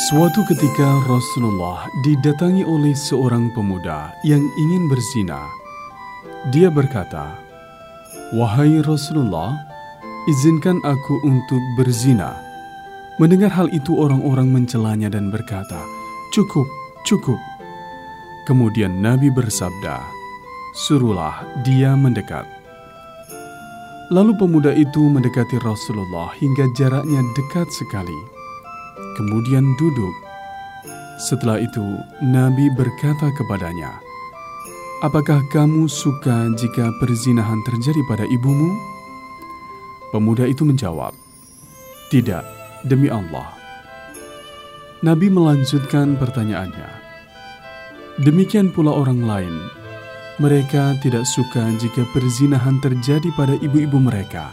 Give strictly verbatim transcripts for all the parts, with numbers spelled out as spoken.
Suatu ketika Rasulullah didatangi oleh seorang pemuda yang ingin berzina. Dia berkata, "Wahai Rasulullah, izinkan aku untuk berzina." Mendengar hal itu orang-orang mencelanya dan berkata, "Cukup, cukup." Kemudian Nabi bersabda, "Suruhlah dia mendekat." Lalu pemuda itu mendekati Rasulullah hingga jaraknya dekat sekali. Kemudian duduk. Setelah itu Nabi berkata kepadanya, "Apakah kamu suka jika perzinahan terjadi pada ibumu?" Pemuda itu menjawab, "Tidak, demi Allah." Nabi melanjutkan pertanyaannya, "Demikian pula orang lain, mereka tidak suka jika perzinahan terjadi pada ibu-ibu mereka."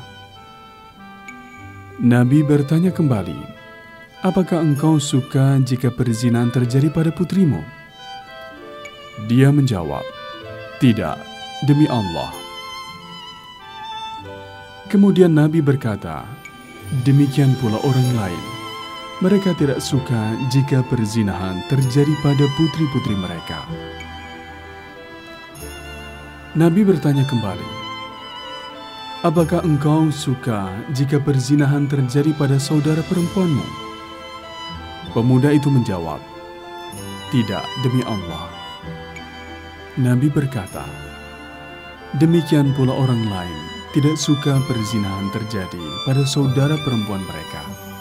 Nabi bertanya kembali, "Apakah engkau suka jika perzinahan terjadi pada putrimu?" Dia menjawab, "Tidak, demi Allah." Kemudian Nabi berkata, "Demikian pula orang lain, mereka tidak suka jika perzinahan terjadi pada putri-putri mereka." Nabi bertanya kembali, "Apakah engkau suka jika perzinahan terjadi pada saudara perempuanmu?" Pemuda itu menjawab, "Tidak, demi Allah." Nabi berkata, "Demikian pula orang lain tidak suka perzinahan terjadi pada saudara perempuan mereka."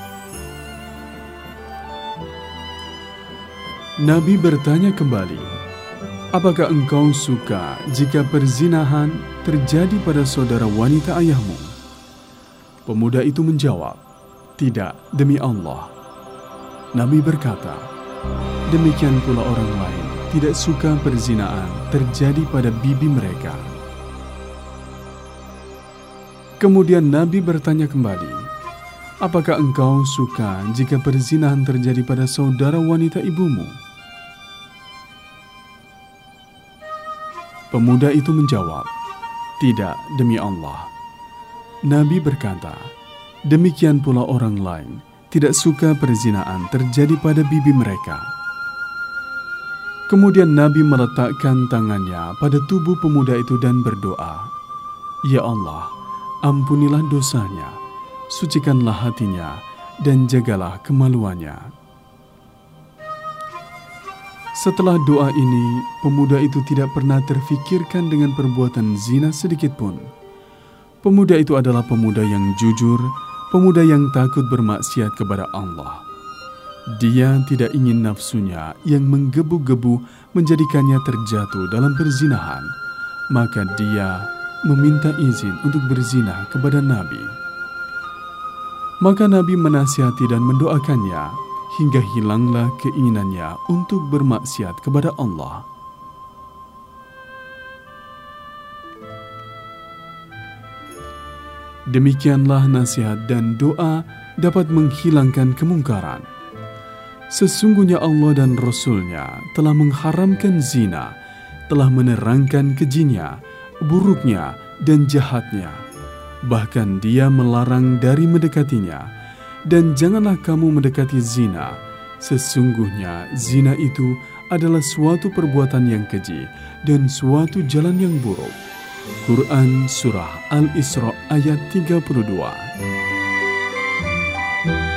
Nabi bertanya kembali, "Apakah engkau suka jika perzinahan terjadi pada saudara wanita ayahmu?" Pemuda itu menjawab, "Tidak, demi Allah." Nabi berkata, "Demikian pula orang lain tidak suka perzinahan terjadi pada bibi mereka." Kemudian Nabi bertanya kembali, "Apakah engkau suka jika perzinahan terjadi pada saudara wanita ibumu?" Pemuda itu menjawab, "Tidak, demi Allah." Nabi berkata, "Demikian pula orang lain tidak suka perzinahan terjadi pada bibi mereka." Kemudian Nabi meletakkan tangannya pada tubuh pemuda itu dan berdoa, "Ya Allah, ampunilah dosanya, sucikanlah hatinya, dan jagalah kemaluannya." Setelah doa ini, pemuda itu tidak pernah terfikirkan dengan perbuatan zina sedikit pun. Pemuda itu adalah pemuda yang jujur, pemuda yang takut bermaksiat kepada Allah. Dia tidak ingin nafsunya yang menggebu-gebu menjadikannya terjatuh dalam perzinahan, maka dia meminta izin untuk berzina kepada Nabi. Maka Nabi menasihati dan mendoakannya hingga hilanglah keinginannya untuk bermaksiat kepada Allah. Demikianlah nasihat dan doa dapat menghilangkan kemungkaran. Sesungguhnya Allah dan Rasul-Nya telah mengharamkan zina, telah menerangkan kejinya, buruknya, dan jahatnya. Bahkan Dia melarang dari mendekatinya. Dan janganlah kamu mendekati zina. Sesungguhnya zina itu adalah suatu perbuatan yang keji dan suatu jalan yang buruk. Quran Surah Al-Isra ayat tiga puluh dua.